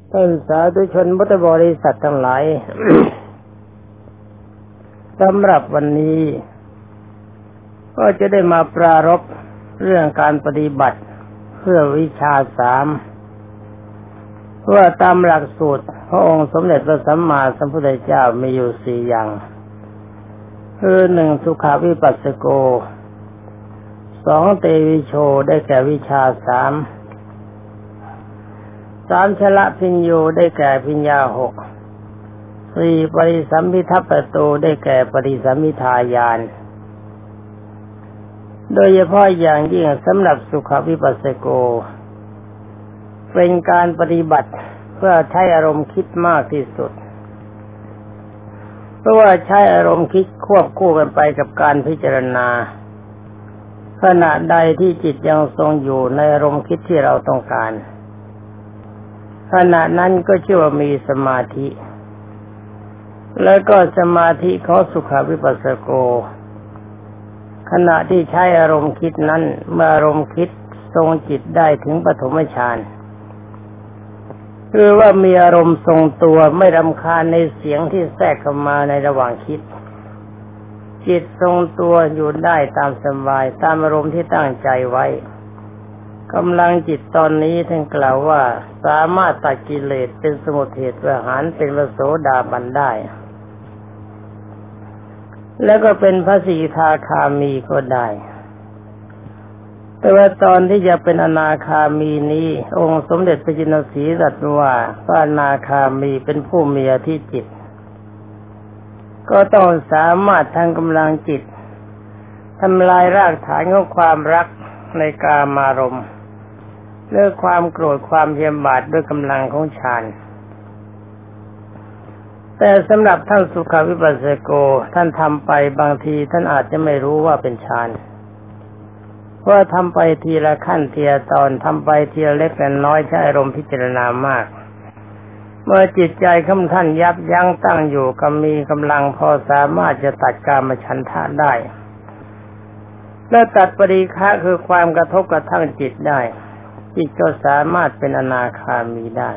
ท่านสาธุชนพุทธบริษัททั้งหลาย สำหรับวันนี้ก็จะได้มาปรารภเรื่องการปฏิบัติเพื่อวิชา3ว่าตามหลักสูตรพระองค์สมเด็จพระสัมมาสัมพุทธเจ้ามีอยู่4อย่างคือ 1. สุขาวิปัสสโก 2. เตวิโชได้แก่วิชา3 3. ชละพิญโยได้แก่พิญญา6 4. ปริสัมภิทัปปโตได้แก่ปริสัมภิทาญาณโดยเฉพาะอย่างยิ่งสำหรับสุขวิปัสสโกเป็นการปฏิบัติเพื่อใช้อารมณ์คิดมากที่สุดเพราะว่าใช้อารมณ์คิดควบคู่กันไปกับการพิจารณาขณะใดที่จิตยังทรงอยู่ในอารมณ์คิดที่เราต้องการขณะนั้นก็ชื่อว่ามีสมาธิแล้วก็สมาธิของสุขวิปัสสโกขณะที่ใช้อารมณ์คิดนั้นเมื่ออารมณ์คิดทรงจิตได้ถึงปฐมฌานคือว่ามีอารมณ์ทรงตัวไม่รำคาญในเสียงที่แทรกเข้ามาในระหว่างคิดจิตทรงตัวอยู่ได้ตามสบายตามอารมณ์ที่ตั้งใจไว้กำลังจิตตอนนี้ท่านกล่าวว่าสามารถตัดกิเลสเป็นสมุทเฉทประหารเป็นพระโสดาบันได้แล้วก็เป็นพระสีทาคามีก็ได้แต่ว่าตอนที่จะเป็นอนาคามีนี้องค์สมเด็จพระจินสีตรัสว่าพระอนาคามีเป็นผู้มีอธิจิตก็ต้องสามารถทางกำลังจิตทำลายรากฐานของความรักในกามารมณ์เรื่องความโกรธความเพียรบาทด้วยกำลังของฌานแต่สำหรับท่านสุขวิปัสสโกท่านทำไปบางทีท่านอาจจะไม่รู้ว่าเป็นฌานเพราะทำไปทีละขั้นทีละตอนทำไปทีละเล็กและน้อยใช้อารมณ์พิจารณามากเมื่อจิตใจของท่านยับยั้งตั้งอยู่ก็มีกำลังพอสามารถจะตัดกามฉันทะได้และตัดปฏิฆะคือความกระทบกระทั่งจิตได้จิตก็สามารถเป็นอนาคามีได้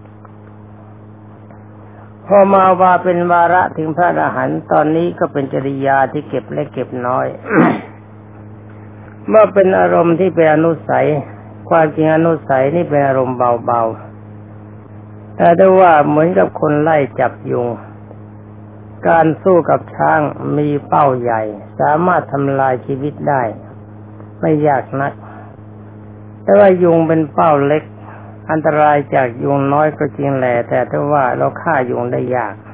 พอมาว่าเป็นวาระถึงพระอรหันต์ตอนนี้ก็เป็นจริยาที่เก็บเล็กเก็บน้อย เมื่อเป็นอารมณ์ที่เป็นอนุสัยความจริงอนุสัยนี่เป็นอารมณ์เบาๆแต่ได้ว่าเหมือนกับคนไล่จับยุงการสู้กับช้างมีเป้าใหญ่สามารถทำลายชีวิตได้ไม่ยากนักแต่ว่ายุงเป็นเป้าเล็กอันตรายจากยุงน้อยก็จริงแหละแต่ถ้าว่าเราฆ่ายุงได้ยาก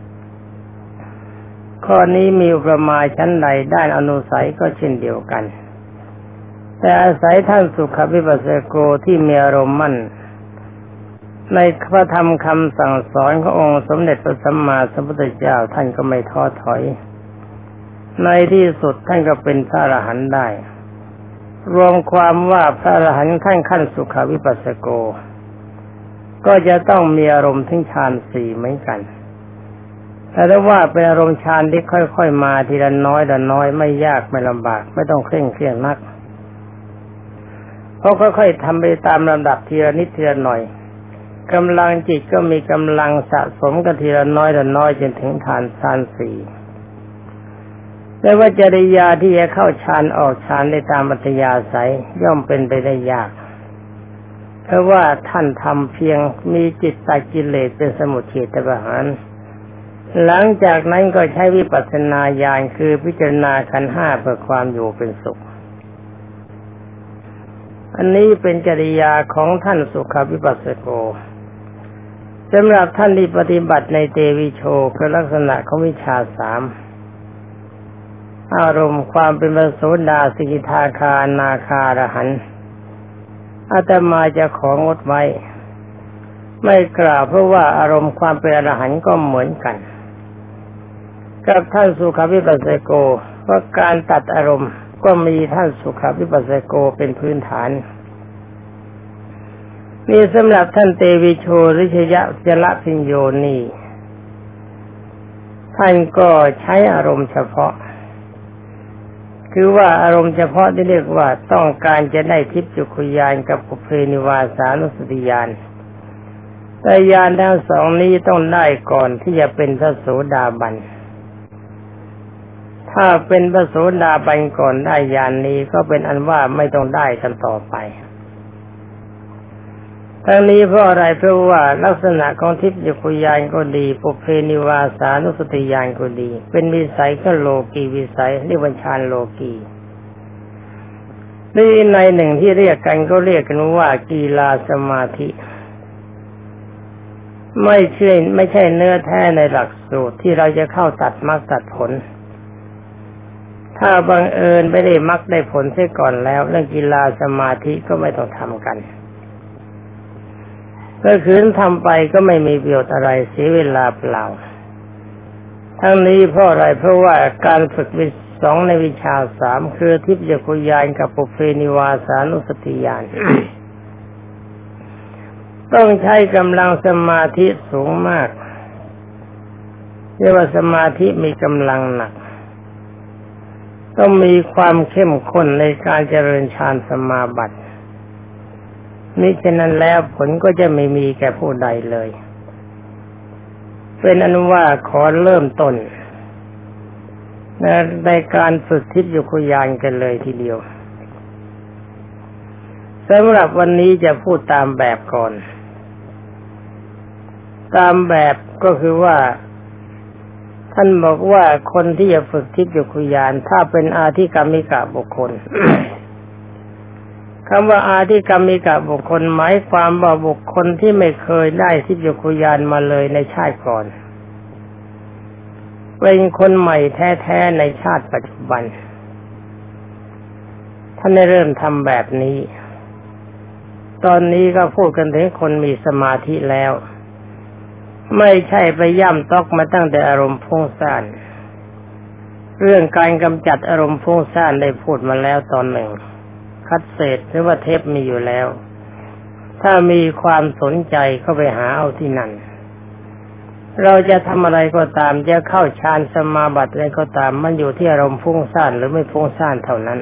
ข้อนี้มีอุปมาชั้นใดด้านอนุสัยก็เช่นเดียวกันแต่อาศัยท่านสุขวิปัสสโกที่มีอารมณ์มั่นในพระธรรมคำสั่งสอนขององค์สมเด็จพระสัมมาสัมพุทธเจ้าท่านก็ไม่ท้อถอยในที่สุดท่านก็เป็นพระอรหันต์ได้รวมความว่าพระอรหันต์ขั้นสุขวิปัสสโกก็จะต้องมีอารมณ์ถึงฌาน4เหมือนกันแต่ถ้าว่าเป็นอารมณ์ฌานที่ค่อยๆมาทีละน้อยละน้อยไม่ยากไม่ลำบากไม่ต้องเคร่งเครียดนักเพราะค่อยๆทำไปตามลำดับทีละนิดทีละหน่อยกำลังจิตก็มีกำลังสะสมกันทีละน้อยละน้อยจนถึงฌาน4แต่ว่าจริยาที่จะเข้าฌานออกฌานได้ตามอัธยาศัยย่อมเป็นไปได้ยากเพราะว่าท่านทำเพียงมีจิตตัดกิเลสเป็นสมุทเฉทประหารหลังจากนั้นก็ใช้วิปัสสนาญาณคือพิจารณาขันธ์5เพื่อความอยู่เป็นสุขอันนี้เป็นจริยาของท่านสุขวิปัสสโกสำหรับท่านที่ปฏิบัติในเตวิโชคือลักษณะของวิชา3อารมณ์ความเป็นพระโสดาสกิทาคานาคาอรหันต์อาตมาจะของดไว้ไม่กล่าวเพราะว่าอารมณ์ความเป็นอรหันต์ก็เหมือนกันกับท่านสุขวิปัสสโกว่าการตัดอารมณ์ก็มีท่านสุขวิปัสสโกเป็นพื้นฐานนี่สำหรับท่านเตวิโชริชยะจละพิญโยนี่ท่านก็ใช้อารมณ์เฉพาะคือว่าอารมณ์เฉพาะที่เรียกว่าต้องการจะได้ทิพย์จักขุญาณกับปุเพนิวาสานุสติญาณแต่ญาณทั้งสองนี้ต้องได้ก่อนที่จะเป็นพระโสดาบันถ้าเป็นพระโสดาบันก่อนได้ญาณนี้ก็เป็นอันว่าไม่ต้องได้กันต่อไปทั้งนี้เพราะอะไรเพราะว่าลักษณะของทิพยคุญาณก็ดีปุเพนิวาสานุสติญาณก็ดีเป็นวิสัยก็โลกีวิสัยเรียกว่าฌานโลกีในหนึ่งที่เรียกกันก็เรียกกันว่ากีฬาสมาธิไม่ใช่เนื้อแท้ในหลักสูตรที่เราจะเข้าตัดมรรคตัดผลถ้าบังเอิญไม่ได้มรรคได้ผลเสียก่อนแล้วเรื่องกีฬาสมาธิก็ไม่ต้องทำกันก็คืนทำไปก็ไม่มีประโยชน์อะไรเสียเวลาเปล่าทั้งนี้เพราะอะไรเพราะว่าการฝึกสองในวิชาสามคือทิพยคุญาณกับปุเพนิวาสานุสติญาณ ต้องใช้กำลังสมาธิสูงมากเรียกว่าสมาธิมีกำลังหนักต้องมีความเข้มข้นในการเจริญฌานสมาบัติมิฉะนั้นแล้วผลก็จะไม่มีแก่ผู้ใดเลยเป็นอนุว่าขอเริ่มต้นในการฝึกทิพยคุญาณกันเลยทีเดียวสำหรับวันนี้จะพูดตามแบบก่อนตามแบบก็คือว่าท่านบอกว่าคนที่จะฝึกทิพยคุญาณถ้าเป็นอาทิกรรมิกะบุคคล คำว่าอาทิกรรมิกะบุคคลหมายความว่าบุคคลที่ไม่เคยได้ทิพยคุญาณมาเลยในชาติก่อนเป็นคนใหม่แท้ๆในชาติปัจจุบันท่านได้เริ่มทำแบบนี้ตอนนี้ก็พูดกันถึงคนมีสมาธิแล้วไม่ใช่ไปย่ำต๊อกมาตั้งแต่อารมณ์ฟุ้งซ่านเรื่องการกำจัดอารมณ์ฟุ้งซ่านได้พูดมาแล้วตอนหนึ่งคัดเศษหรือว่าเทปมีอยู่แล้วถ้ามีความสนใจเข้าไปหาเอาที่นั่นเราจะทำอะไรก็ตามจะเข้าฌานสมาบัติอะไรก็ตามมันอยู่ที่อารมณ์ฟุ้งซ่านหรือไม่ฟุ้งซ่านเท่านั้น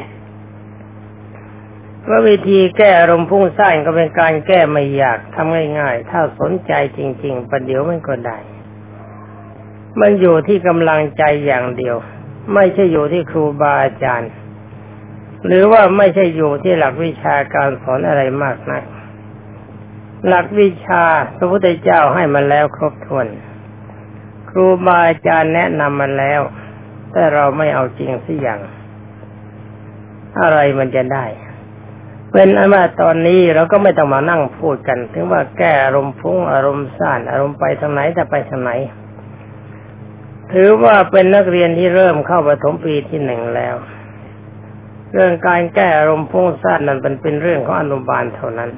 ว่าวิธีแก้อารมณ์ฟุ้งซ่านก็เป็นการแก้ไม่ยากทำง่ายๆถ้าสนใจจริงๆประเดี๋ยวมันก็ได้มันอยู่ที่กำลังใจอย่างเดียวไม่ใช่อยู่ที่ครูบาอาจารย์หรือว่าไม่ใช่อยู่ที่หลักวิชาการสอนอะไรมากนักหลักวิชาพระพุทธเจ้าให้มาแล้วครบถ้วนครูบาอาจารย์แนะนำมาแล้วแต่เราไม่เอาจริงสักอย่างอะไรมันจะได้เป็นอันว่าตอนนี้เราก็ไม่ต้องมานั่งพูดกันถึงว่าแก้อารมณ์ฟุ้งอารมณ์ซ่านอารมณ์ไปทางไหนแต่ไปทางไหนถือว่าเป็นนักเรียนที่เริ่มเข้าประถมปีที่หนึ่งแล้วเรื่องการแก้อารมณ์ฟุ้งซ่านนั้นเป็นเรื่องของอนุบาลเท่านั้น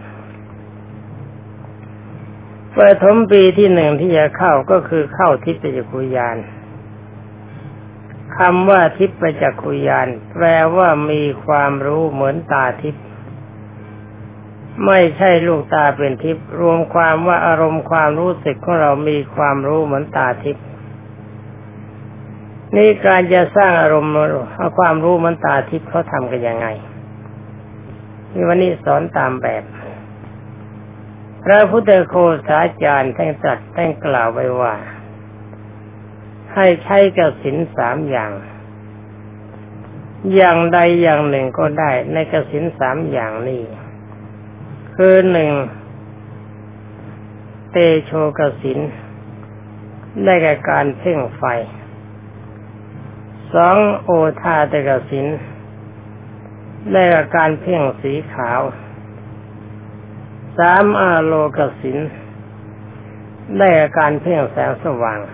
ประถมปีที่หนึ่งที่จะเข้าก็คือเข้าทิพยคุญาณคำว่าทิพยคุญาณแปลว่ามีความรู้เหมือนตาทิพย์ไม่ใช่ลูกตาเป็นทิพย์รวมความว่าอารมณ์ความรู้สึกของเรามีความรู้เหมือนตาทิพย์นี่การจะสร้างอารมณ์เอาความรู้เหมือนตาทิพย์เขาทำกันยังไงนี่วันนี้สอนตามแบบพระพุทธโฆษาจารย์ท่านตรัสท่านกล่าวไว้ว่าให้ใช้กสิณสามอย่างอย่างใดอย่างหนึ่งก็ได้ในกสิณสามอย่างนี้คือหนึ่งเตโชกสิณได้แก่การเพ่งไฟสองโอทาตกสิณได้แก่การเพ่งสีขาวสามอาโลกสิณได้แก่การเพ่งแสงสว่าง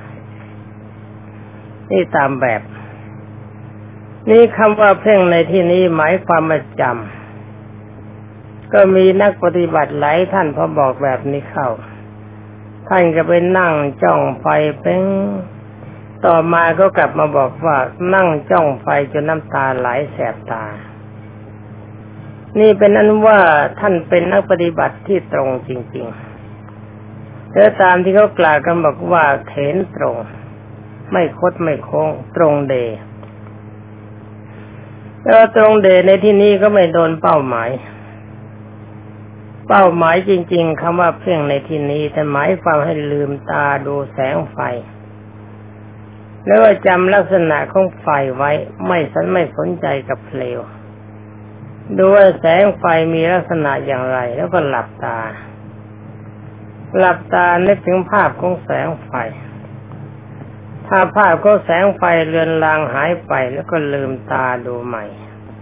นี่ตามแบบนี่คำว่าเพ่งในที่นี้หมายความว่าจำก็มีนักปฏิบัติหลายท่านพอบอกแบบนี้เข้าท่านก็ไปนั่งจ้องไฟเพ่งต่อมาก็กลับมาบอกว่านั่งจ้องไฟจนน้ำตาไหลแสบตานี่เป็นอันว่าท่านเป็นนักปฏิบัติที่ตรงจริงๆแต่ตามที่เขากล่าวกันบอกว่าเถนตรงไม่คดไม่โค้งตรงเดแล้วตรงเดในที่นี้ก็ไม่โดนเป้าหมายเป้าหมายจริงๆคำว่าเพ่งในที่นี้แต่หมายความให้ลืมตาดูแสงไฟแล้วก็จำลักษณะของไฟไว้ไม่สนใจกับเปลวดูว่าแสงไฟมีลักษณะอย่างไรแล้วก็หลับตานึกถึงภาพของแสงไฟถ้าภาพของแสงไฟเลือนลางหายไปแล้วก็ลืมตาดูใหม่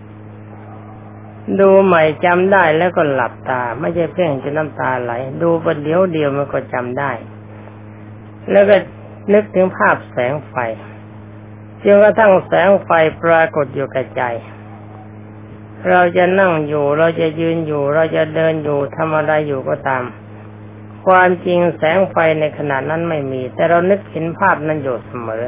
จำได้แล้วก็หลับตาไม่ใช่เพ่งจนน้ำตาไหลดูประเดี๋ยวเดียวมันก็จำได้แล้วก็นึกถึงภาพแสงไฟจนกระทั่งแสงไฟปรากฏอยู่กับใจเราจะนั่งอยู่เราจะยืนอยู่เราจะเดินอยู่ทำอะไรอยู่ก็ตามความจริงแสงไฟในขณะนั้นไม่มีแต่เรานึกเห็นภาพนั้นอยู่เสมอ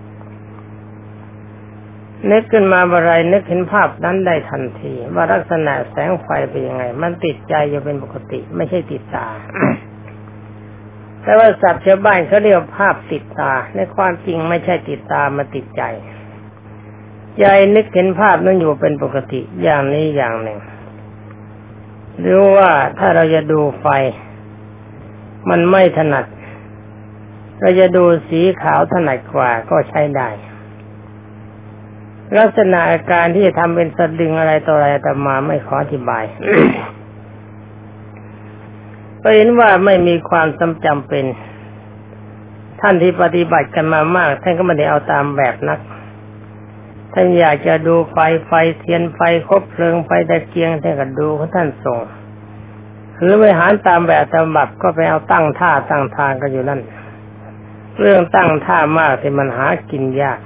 นึกขึ้นมาเมื่อไรนึกเห็นภาพนั้นได้ทันทีว่าลักษณะแสงไฟเป็นยังไงมันติดใจอยู่เป็นปกติไม่ใช่ติดตา แต่ว่าศัพท์ชาวบ้านเขาเรียกภาพติดตาในความจริงไม่ใช่ติดตามาติดใจนึกเห็นภาพนั้นอยู่เป็นปกติอย่างนี้อย่างหนึ่งหรือว่าถ้าเราจะดูไฟมันไม่ถนัดเราจะดูสีขาวถนัดกว่าก็ใช้ได้ลักษณะอาการที่จะทำเป็นสะดึงอะไรต่ออะไรแต่มาไม่ขออธิบาย ก็เห็นว่าไม่มีความจำเป็นท่านที่ปฏิบัติกันมามากท่านก็ไม่ได้เอาตามแบบนักท่านอยากจะดูไฟเทียนไฟคบเพลิงไฟตะเกียงท่านก็ดูของท่านส่งหรือไปหาตามแบบตามบับก็ไปเอาตั้งท่าตั้งทางกันอยู่นั่นเรื่องตั้งท่ามากที่มันหากินยาก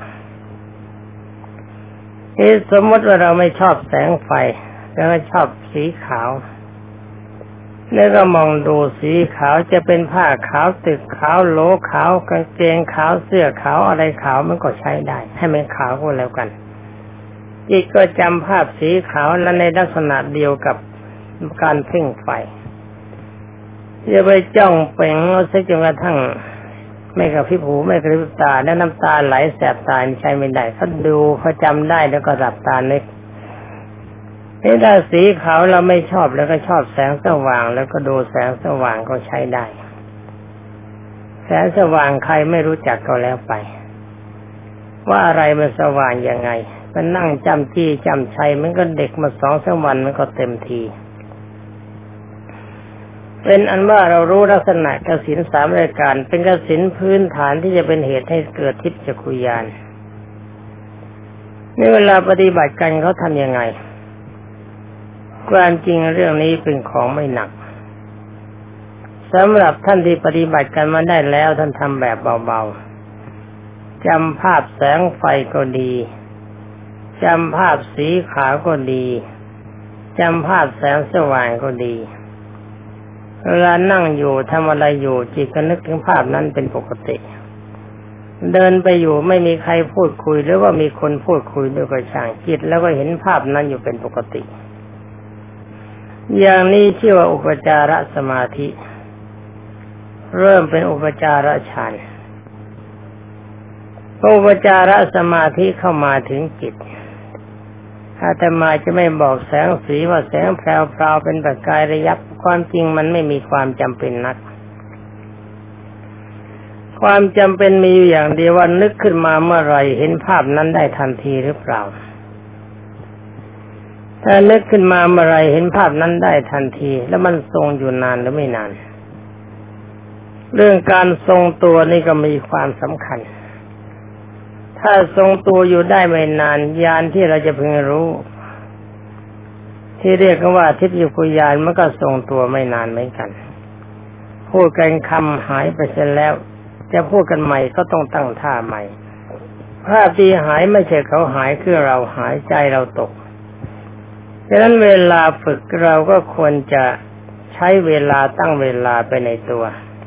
สมมติว่าเราไม่ชอบแสงไฟแล้วก็ชอบสีขาวแล้วก็มองดูสีขาวจะเป็นผ้าขาวตึกขาวโหลขาวกางเกงขาวเสื้อขาวอะไรขาวมันก็ใช้ได้ให้มันขาวก็แล้วกันจิตก็จำภาพสีขาวและในลักษณะเดียวกับการเพ่งไฟอย่าไปจ้องเป่งเอาซะจนกระทั่งไม่กระพริบหูไม่กระพริบตาแล้วน้ำตาไหลแสบตาใช้ไม่ได้เขาดูเขาจำได้แล้วก็หลับตานึกถ้าสีขาวเราไม่ชอบแล้วก็ชอบแสงสว่างแล้วก็ดูแสงสว่างก็ใช้ได้แสงสว่างใครไม่รู้จักก็แล้วไปว่าอะไรมันสว่างยังไงมันนั่งจำจี้จำชัยมันก็เด็กมา2-3 วันมันก็เต็มทีเป็นอันว่าเรารู้ลักษณะกสิณ3รายการเป็นกสิณพื้นฐานที่จะเป็นเหตุให้เกิดทิพยจักขุญาณในเวลาปฏิบัติกันเขาทำยังไงความจริงเรื่องนี้เป็นของไม่หนักสำหรับท่านที่ปฏิบัติกันมาได้แล้วท่านทำแบบเบาๆจำภาพแสงไฟก็ดีจำภาพสีขาวก็ดีจำภาพแสงสว่างก็ดีเวลานั่งอยู่ทำอะไรอยู่จิตก็นึกถึงภาพนั้นเป็นปกติเดินไปอยู่ไม่มีใครพูดคุยหรือว่ามีคนพูดคุยด้วยก็ช่างจิตแล้วก็เห็นภาพนั้นอยู่เป็นปกติอย่างนี้ชื่อว่าอุปจารสมาธิเริ่มเป็นอุปจารฌานอุปจารสมาธิเข้ามาถึงจิตอาตมาจะไม่บอกแสงสีว่าแสงแพรวๆเป็นประกายระยับความจริงมันไม่มีความจำเป็นนักความจำเป็นมีอยู่อย่างเดียวว่านึกขึ้นมาเมื่อไรเห็นภาพนั้นได้ทันทีหรือเปล่าถ้านึกขึ้นมาเมื่อไรเห็นภาพนั้นได้ทันทีแล้วมันทรงอยู่นานหรือไม่นานเรื่องการทรงตัวนี่ก็มีความสำคัญถ้าทรงตัวอยู่ได้ไม่นานญาณที่เราจะพึงรู้ที่เรียกว่าทิพยจักขุญาณมันก็ทรงตัวไม่นานเหมือนกันพูดกันคำหายไปเสร็จแล้วจะพูดกันใหม่ก็ต้องตั้งท่าใหม่ภาพที่หายไม่ใช่เขาหายคือเราหายใจเราตกฉะนั้นเวลาฝึกเราก็ควรจะใช้เวลาตั้งเวลาไปในตัว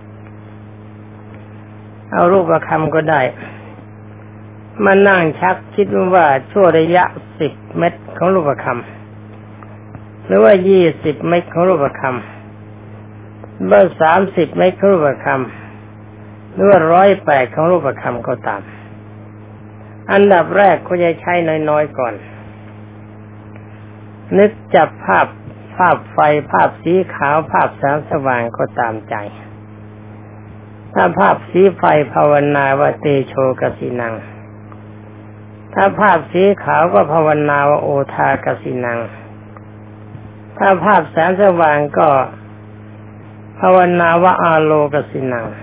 เอารูปประคำก็ได้มานั่งชักคิดว่าชั่วระยะ10 เมตรของรูปประคำหรือว่า20 เมตรของรูปประคำหรือ30 เมตรของรูปประคำหรือว่า108ของรูปประคำก็ตามอันดับแรกก็จะใช้น้อยๆก่อนนึกจับภาพภาพไฟภาพสีขาวภาพแสงสว่างก็ตามใจถ้าภาพสีไฟภาวนาว่าเตโชกสินังถ้าภาพสีขาวก็ภาวนาว่าโอทากสินังถ้าภาพแสงสว่างก็ภาวนาว่าอาโลกสินัง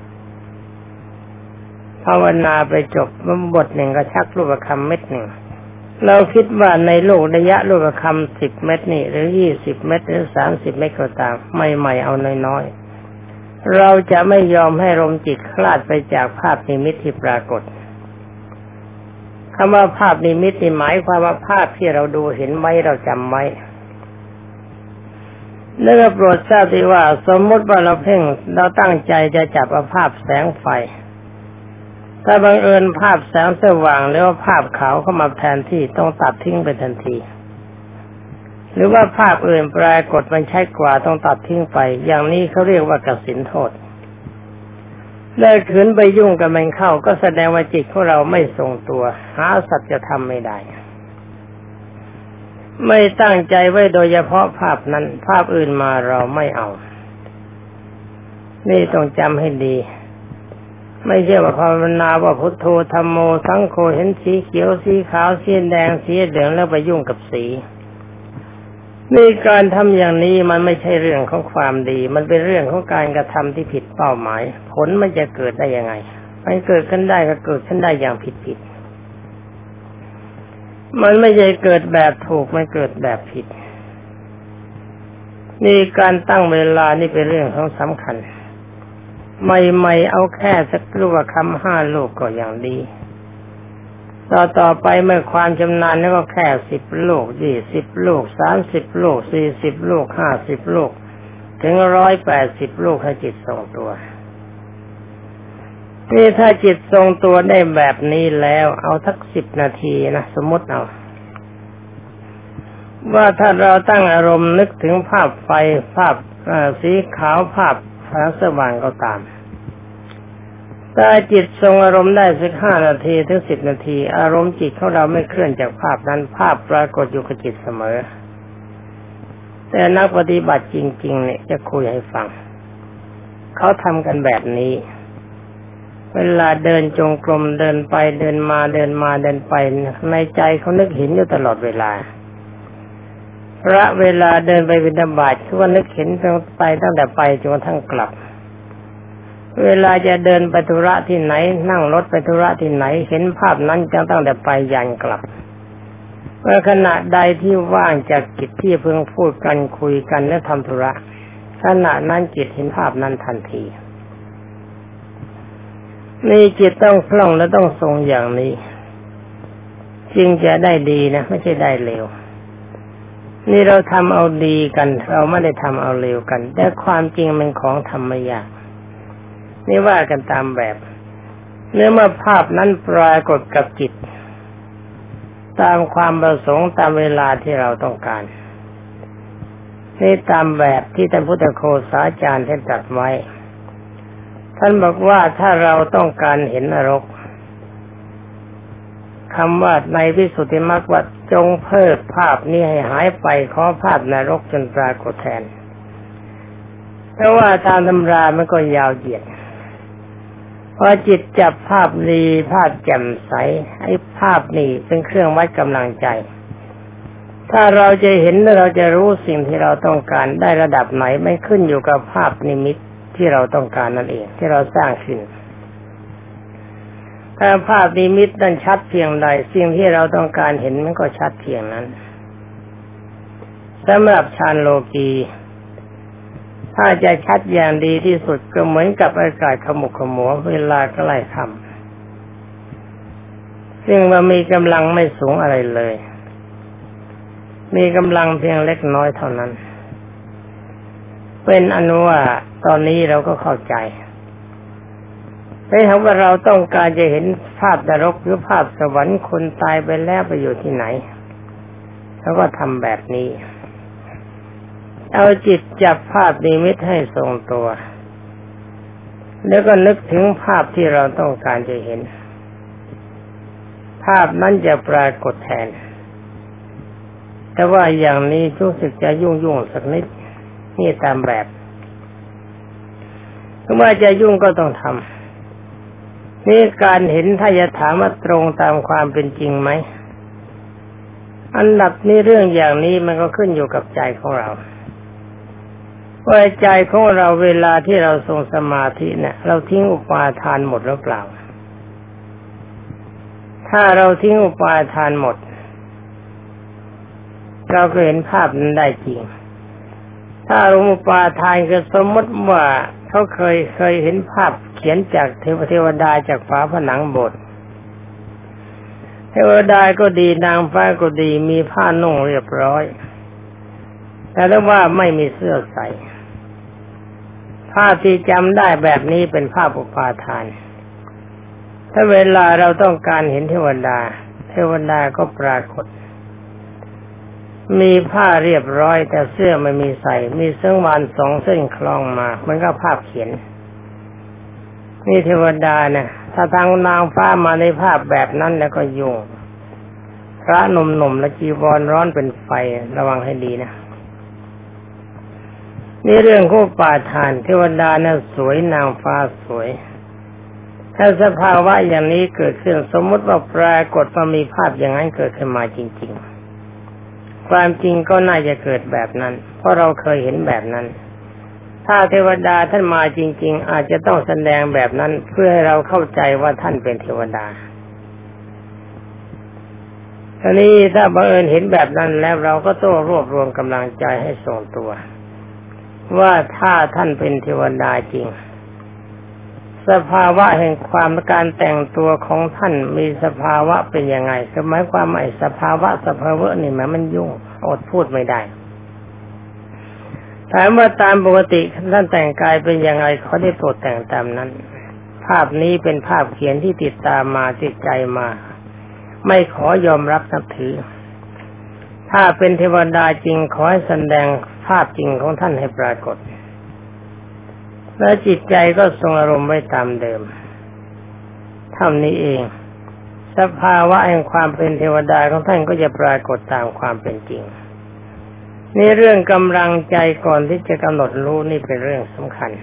ภาวนาไปจบบทหนึ่งก็ชักลูกประคำเม็ดหนึ่งเราคิดว่าในโลกระยะลูกประคำ10 เม็ดนี่หรือ20 เม็ดหรือ30 เม็ดก็ตามใหม่ๆเอาน้อยๆเราจะไม่ยอมให้ลมจิตคลาดไปจากภาพนิมิตที่ปรากฏคำว่าภาพนิมิตนี่หมายความว่าภาพที่เราดูเห็นไว้เราจำไว้แล้วก็โปรดทราบที่ว่าสมมติว่าเราเพ่งเราตั้งใจจะจับภาพแสงไฟถ้าบังเอิญภาพแสงสว่างหรือว่าภาพขาวเข้ามาแทนที่ต้องตัดทิ้งไปทันทีหรือว่าภาพอื่นปรากฏมันใช้กว่าต้องตัดทิ้งไปอย่างนี้เขาเรียกว่ากสิณโทษได้ขืนไปยุ่งกับมันเข้าก็แสดงว่าจิตของเราไม่ทรงตัวหาสัจธรรมไม่ได้ไม่ตั้งใจไว้โดยเฉพาะภาพนั้นภาพอื่นมาเราไม่เอานี่ต้องจำให้ดีไม่ใช่ว่าภาวนาว่าพุทโธธัมโมสังโฆเห็นสีเขียวสีขาวสีแดงสีเหลืองแล้วไปยุ่งกับสีนี่การทำอย่างนี้มันไม่ใช่เรื่องของความดีมันเป็นเรื่องของการกระทำที่ผิดเป้าหมายผลมันจะเกิดได้ยังไงมันเกิดขึ้นได้ก็เกิดขึ้นได้อย่างผิดมันไม่ใช่เกิดแบบถูกมันเกิดแบบผิดนี่การตั้งเวลานี่เป็นเรื่องของสำคัญใหม่ๆเอาแค่สักลูกคำ5 ลูกก็อย่างดีต่อไปเมื่อความชำนาญแล้วก็แค่10 ลูก20 ลูก30 ลูก40 ลูก50 ลูกถึง180 ลูกให้จิตทรงตัวนี่ถ้าจิตทรงตัวได้แบบนี้แล้วเอาสัก10 นาทีนะสมมติเอาว่าถ้าเราตั้งอารมณ์นึกถึงภาพไฟภาพสีขาวภาพแสงสว่างก็ตามถ้าจิตทรงอารมณ์ได้สัก5 นาทีถึง10 นาทีอารมณ์จิตของเราไม่เคลื่อนจากภาพนั้นภาพปรากฏอยู่กับจิตเสมอแต่นักปฏิบัติจริงๆเนี่ยจะคุยให้ฟังเขาทำกันแบบนี้เวลาเดินจงกรมเดินไปเดินมาเดินมาเดินไปในใจเขานึกเห็นอยู่ตลอดเวลาพระเวลาเดินไปบิณฑบาตคือว่านึกเห็นไปตั้งแต่ไปจนกระทั่งกลับเวลาจะเดินไปธุระที่ไหนนั่งรถไปธุระที่ไหนเห็นภาพนั้นตั้งแต่ไปยันกลับเมื่อขณะใดที่ว่างจากกิจที่เพิ่งพูดกันคุยกันและทำธุระขณะนั้นจิตเห็นภาพนั้นทันทีนี่จิตต้องคล่องและต้องทรงอย่างนี้จึงจะได้ดีนะไม่ใช่ได้เลวนี่เราทำเอาดีกันเราไม่ได้ทำเอาเลวกันแต่ความจริงมันของธรรมยากนี่ว่ากันตามแบบเมื่อภาพนั้นปรากฏกับจิตตามความประสงค์ตามเวลาที่เราต้องการนี่ตามแบบที่ท่านพุทธโฆษาจารย์ท่านตรัสไว้ท่านบอกว่าถ้าเราต้องการเห็นนรกคำว่าในวิสุทธิมรรคว่าจงเพิกภาพนี้ให้หายไปขอภาพนรกจนปรากฏแทนเพราะว่าตามตำรามันก็ยาวเหยียดพอจิตจับภาพดีภาพแจ่มใสไอ้ภาพนี้เป็นเครื่องวัดกำลังใจถ้าเราจะเห็นและเราจะรู้สิ่งที่เราต้องการได้ระดับไหนไม่ขึ้นอยู่กับภาพนิมิตที่เราต้องการนั่นเองที่เราสร้างขึ้นถ้าภาพนิมิตนั้นชัดเพียงใดสิ่งที่เราต้องการเห็นมันก็ชัดเพียงนั้นสำหรับฌานโลกีถ้าจะชัดอย่างดีที่สุดก็เหมือนกับอากาศขมุกขมัวเวลาใกล้ค่ำซึ่งว่ามีกำลังไม่สูงอะไรเลยมีกำลังเพียงเล็กน้อยเท่านั้นเป็นอนุว่าตอนนี้เราก็เข้าใจแต่ถ้าว่าเราต้องการจะเห็นภาพนรกหรือภาพสวรรค์คนตายไปแล้วไปอยู่ที่ไหนเราก็ทำแบบนี้เอาจิตจับภาพนิมิตให้ทรงตัวแล้วก็นึกถึงภาพที่เราต้องการจะเห็นภาพนั้นจะปรากฏแทนแต่ว่าอย่างนี้รู้สึกจะยุ่งสักนิดนี่ตามแบบถ้าว่าจะยุ่งก็ต้องทำนี่การเห็นถ้าจะถามว่าตรงตามความเป็นจริงไหมอันดับนี้เรื่องอย่างนี้มันก็ขึ้นอยู่กับใจของเราว่าใจของเราเวลาที่เราทรงสมาธิเนี่ยเราทิ้งอุปาทานหมดหรือเปล่าถ้าเราทิ้งอุปาทานหมดเราก็เห็นภาพนั้นได้จริงถ้าอุปาทานก็สมมติว่าเขาเคยเห็นภาพเขียนจากเทวดาจากฝาผนังโบสถ์เทวดาก็ดีนางฟ้าก็ดีมีผ้านุ่งเรียบร้อยแต่ถ้าว่าไม่มีเสื้อใส่ภาพที่จำได้แบบนี้เป็นภาพอุปาทานถ้าเวลาเราต้องการเห็นเทวดาก็ปรากฏมีผ้าเรียบร้อยแต่เสื้อไม่มีใส่มีเส้นวาน2 เส้นคล้องมามันก็ภาพเขียนนี่เทวดาเนี่ยถ้าทางนางฟ้ามาในภาพแบบนั้นแล้วก็ยุ่งพระหนุ่มๆและจีวรร้อนเป็นไฟระวังให้ดีนะนี่เรื่องของปาทานเทวดาเนี่ยสวยนางฟ้าสวยถ้าสภาวะอย่างนี้เกิดขึ้นสมมติว่าปรากฏว่ามีภาพอย่างนั้นเกิดขึ้นมาจริงๆความจริงก็น่าจะเกิดแบบนั้นเพราะเราเคยเห็นแบบนั้นถ้าเทวดาท่านมาจริงๆอาจจะต้องแสดงแบบนั้นเพื่อให้เราเข้าใจว่าท่านเป็นเทวดาทีนี้ถ้าบังเอิญเห็นแบบนั้นแล้วเราก็ต้องรวบรวมกำลังใจให้ทรงตัวว่าถ้าท่านเป็นเทวดาจริงสภาวะแห่งความการแต่งตัวของท่านมีสภาวะเป็นยังไงหมายความว่าสภาวะนี่มันยุ่งอดพูดไม่ได้ถามว่าตามปกติท่านแต่งกายเป็นยังไงเขาได้โปรดแต่งตามนั้นภาพนี้เป็นภาพเขียนที่ติดตามมาติดใจมาไม่ขอยอมรับนับถือถ้าเป็นเทวดาจริงขอให้แสดงภาพจริงของท่านให้ปรากฏและจิตใจก็ทรงอารมณ์ไว้ตามเดิมเท่านี้เองสภาวะแห่งความเป็นเทวดาของท่านก็จะปรากฏตามความเป็นจริงนี่เรื่องกำลังใจก่อนที่จะกำหนดรู้นี่เป็นเรื่องสำคัญ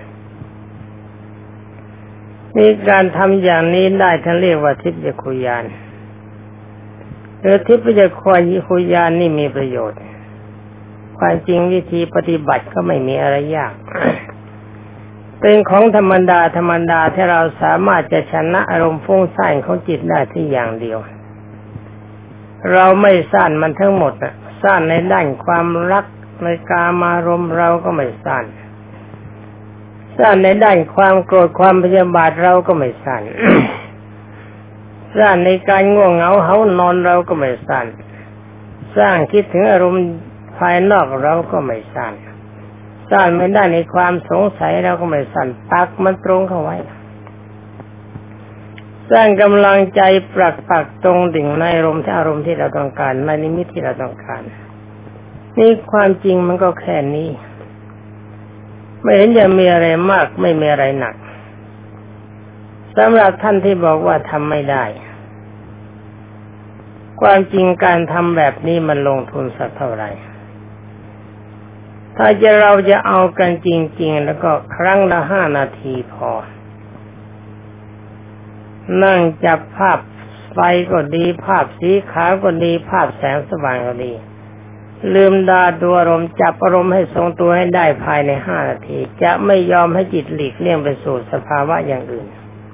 นี่การทำอย่างนี้ได้ท่านเรียกว่าทิพยคุยานหรือทิพยคุยานนี่มีประโยชน์ความจริงวิธีปฏิบัติก็ไม่มีอะไรยากเป็นของธรรมดาที่เราสามารถจะชนะอารมณ์ฟุ้งซ่านของจิตได้ที่อย่างเดียวเราไม่ซ่านมันทั้งหมดซ่านในด้านความรักในกามารมณ์เราก็ไม่ซ่านในด้านความโกรธความพยาบาทเราก็ไม่ซ่านในการง่วงเหงาเฮานอนเราก็ไม่ซ่านคิดถึงอารมณ์ภายนอกเราก็ไม่ซ่านไม่ได้ในความสงสัยเราก็ไม่สั่นปักมันตรงเข้าไว้สร้างกำลังใจปักตรงดิ่งในอารมณ์ที่เราต้องการในนิมิตที่เราต้องการนี่ความจริงมันก็แค่นี้ไม่เห็นจะมีอะไรมากไม่มีอะไรหนักสำหรับท่านที่บอกว่าทำไม่ได้ความจริงการทำแบบนี้มันลงทุนสักเท่าไหร่ถ้าเราจะเอากันจริงๆแล้วก็ครั้งละ5 นาทีพอนั่งจับภาพไฟก็ดีภาพสีขาวก็ดีภาพแสงสว่างก็ดีลืมดาดูอารมณ์จับอารมณ์ให้ทรงตัวให้ได้ภายใน5 นาทีจะไม่ยอมให้จิตหลีกเลี่ยงไปสู่สภาวะอย่างอื่น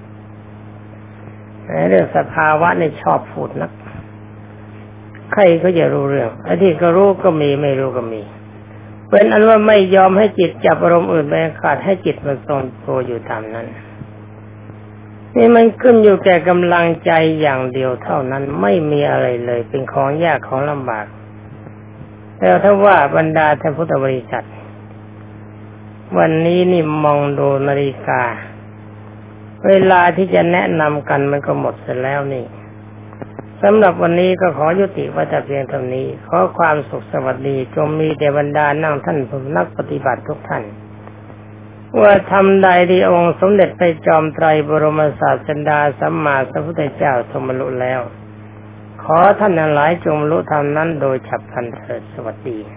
เรื่องสภาวะนี่ชอบพูดนักใครก็จะรู้เรื่องไอ้ที่ก็รู้ก็มีไม่รู้ก็มีเป็นอันว่าไม่ยอมให้จิตจับอารมณ์อื่นไปขาดให้จิตมันทรงตัวอยู่ตามนั้นนี่มันขึ้นอยู่แก่กำลังใจอย่างเดียวเท่านั้นไม่มีอะไรเลยเป็นของยากของลำบากแต่ถ้าว่าบรรดาท่านพุทธบริษัทวันนี้นี่มองดูนาฬิกาเวลาที่จะแนะนำกันมันก็หมดเสียแล้วนี่สำหรับวันนี้ก็ขอยุติไว้แต่เพียงเท่านี้ขอความสุขสวัสดีจงมีแด่บรรดานั่งท่านผู้นักปฏิบัติทุกท่านว่าทำใดที่องค์สมเด็จพระจอมไตรบรมศาสดาสัมมาสัมพุทธเจ้าทรงบรรลุแล้วขขอท่านทั้งหลายจงรู้ธรรมนั้นโดยฉับพลันเถิดสวัสดี